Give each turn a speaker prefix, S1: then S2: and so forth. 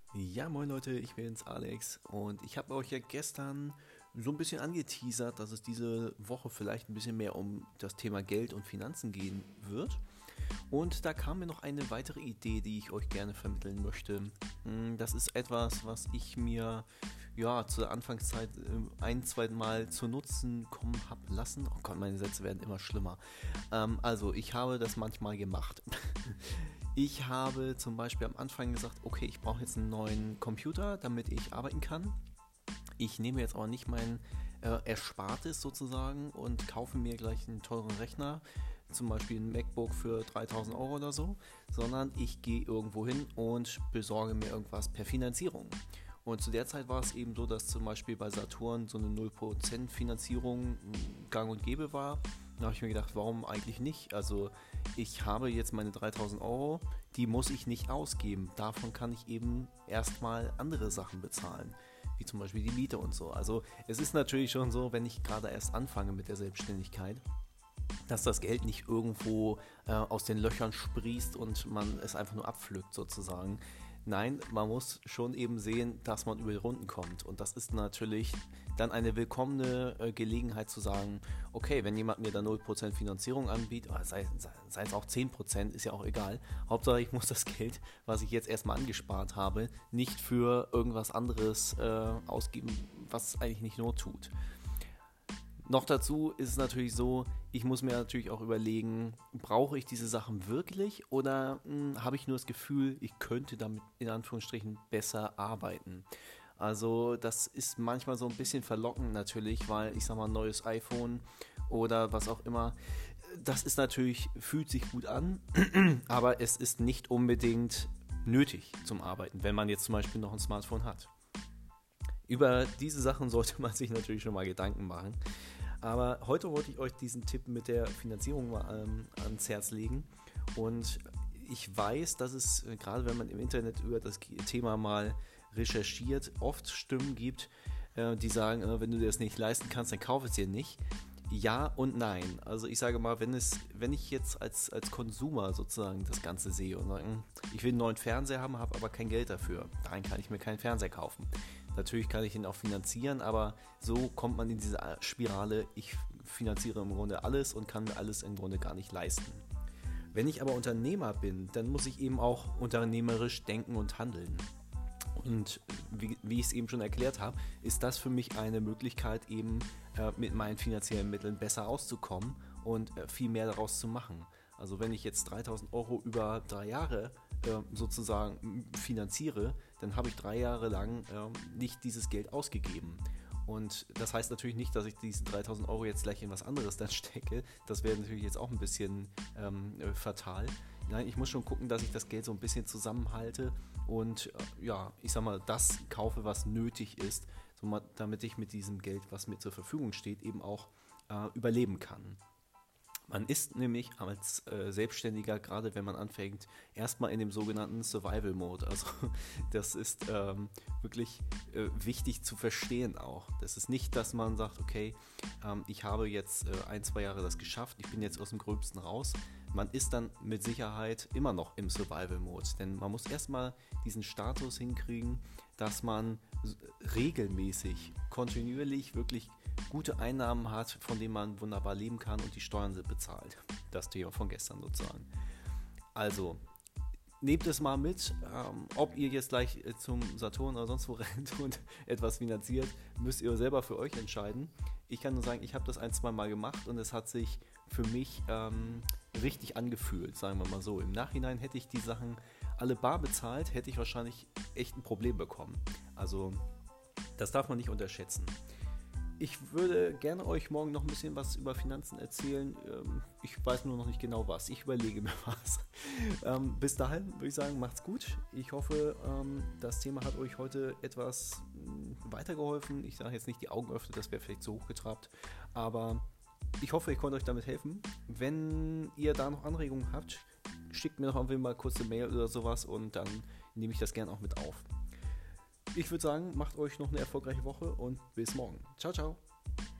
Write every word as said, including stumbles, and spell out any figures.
S1: Ja, moin Leute, ich bin's Alex und ich habe euch ja gestern so ein bisschen angeteasert, dass es diese Woche vielleicht ein bisschen mehr um das Thema Geld und Finanzen gehen wird. Und da kam mir noch eine weitere Idee, die ich euch gerne vermitteln möchte. Mm, Das ist etwas, was ich mir ja zur Anfangszeit äh, ein, zwei Mal zu Nutzen kommen habe lassen. Oh Gott, meine Sätze werden immer schlimmer. Ähm, also, ich habe das manchmal gemacht. Ich habe zum Beispiel am Anfang gesagt, okay, ich brauche jetzt einen neuen Computer, damit ich arbeiten kann. Ich nehme jetzt aber nicht mein äh, Erspartes sozusagen und kaufe mir gleich einen teuren Rechner, zum Beispiel ein MacBook für dreitausend Euro oder so, sondern ich gehe irgendwo hin und besorge mir irgendwas per Finanzierung. Und zu der Zeit war es eben so, dass zum Beispiel bei Saturn so eine null Prozent Finanzierung gang und gäbe war. Da habe ich mir gedacht, warum eigentlich nicht? Also ich habe jetzt meine dreitausend Euro, die muss ich nicht ausgeben. Davon kann ich eben erstmal andere Sachen bezahlen, wie zum Beispiel die Miete und so. Also es ist natürlich schon so, wenn ich gerade erst anfange mit der Selbstständigkeit, dass das Geld nicht irgendwo äh, aus den Löchern sprießt und man es einfach nur abpflückt sozusagen. Nein, man muss schon eben sehen, dass man über die Runden kommt. Und das ist natürlich dann eine willkommene äh, Gelegenheit zu sagen, okay, wenn jemand mir da null Prozent Finanzierung anbietet, oder sei, sei, sei es auch zehn Prozent, ist ja auch egal. Hauptsache, ich muss das Geld, was ich jetzt erstmal angespart habe, nicht für irgendwas anderes äh, ausgeben, was es eigentlich nicht nur tut. Noch dazu ist es natürlich so, ich muss mir natürlich auch überlegen, brauche ich diese Sachen wirklich oder hm, habe ich nur das Gefühl, ich könnte damit in Anführungsstrichen besser arbeiten. Also das ist manchmal so ein bisschen verlockend natürlich, weil ich sag mal, ein neues iPhone oder was auch immer, das ist natürlich, fühlt sich gut an, aber es ist nicht unbedingt nötig zum Arbeiten, wenn man jetzt zum Beispiel noch ein Smartphone hat. Über diese Sachen sollte man sich natürlich schon mal Gedanken machen. Aber heute wollte ich euch diesen Tipp mit der Finanzierung mal ähm, ans Herz legen. Und ich weiß, dass es, äh, gerade wenn man im Internet über das Thema mal recherchiert, oft Stimmen gibt, äh, die sagen, äh, wenn du dir das nicht leisten kannst, dann kauf es dir nicht. Ja und nein. Also ich sage mal, wenn es, wenn ich jetzt als, als Konsumer sozusagen das Ganze sehe und sage, hm, ich will einen neuen Fernseher haben, habe aber kein Geld dafür, dann kann ich mir keinen Fernseher kaufen. Natürlich kann ich ihn auch finanzieren, aber so kommt man in diese Spirale, ich finanziere im Grunde alles und kann mir alles im Grunde gar nicht leisten. Wenn ich aber Unternehmer bin, dann muss ich eben auch unternehmerisch denken und handeln. Und wie, wie ich es eben schon erklärt habe, ist das für mich eine Möglichkeit, eben äh, mit meinen finanziellen Mitteln besser auszukommen und äh, viel mehr daraus zu machen. Also wenn ich jetzt dreitausend Euro über drei Jahre äh, sozusagen finanziere, dann habe ich drei Jahre lang äh, nicht dieses Geld ausgegeben. Und das heißt natürlich nicht, dass ich diese dreitausend Euro jetzt gleich in was anderes dann stecke. Das wäre natürlich jetzt auch ein bisschen ähm, fatal. Nein, ich muss schon gucken, dass ich das Geld so ein bisschen zusammenhalte und äh, ja, ich sag mal, das kaufe, was nötig ist, so mal, damit ich mit diesem Geld, was mir zur Verfügung steht, eben auch äh, überleben kann. Man ist nämlich als äh, Selbstständiger, gerade wenn man anfängt, erstmal in dem sogenannten Survival Mode. Also das ist ähm, wirklich äh, wichtig zu verstehen auch. Das ist nicht, dass man sagt, okay, ähm, ich habe jetzt äh, ein, zwei Jahre das geschafft, ich bin jetzt aus dem Gröbsten raus. Man ist dann mit Sicherheit immer noch im Survival Mode, denn man muss erstmal diesen Status hinkriegen, dass man regelmäßig, kontinuierlich wirklich gute Einnahmen hat, von denen man wunderbar leben kann und die Steuern sind bezahlt. Das Thema von gestern sozusagen. Also, nehmt es mal mit, ähm, ob ihr jetzt gleich äh, zum Saturn oder sonst wo rennt und etwas finanziert, müsst ihr selber für euch entscheiden. Ich kann nur sagen, ich habe das ein, zwei Mal gemacht und es hat sich für mich ähm, richtig angefühlt, sagen wir mal so. Im Nachhinein hätte ich die Sachen alle bar bezahlt, hätte ich wahrscheinlich echt ein Problem bekommen. Also, das darf man nicht unterschätzen. Ich würde gerne euch morgen noch ein bisschen was über Finanzen erzählen. Ich weiß nur noch nicht genau was. Ich überlege mir was. Bis dahin würde ich sagen, macht's gut. Ich hoffe, das Thema hat euch heute etwas weitergeholfen. Ich sage jetzt nicht die Augen öffnen, das wäre vielleicht zu hoch getrabt. Aber ich hoffe, ich konnte euch damit helfen. Wenn ihr da noch Anregungen habt, schickt mir noch einfach mal kurz eine Mail oder sowas und dann nehme ich das gerne auch mit auf. Ich würde sagen, macht euch noch eine erfolgreiche Woche und bis morgen. Ciao, ciao.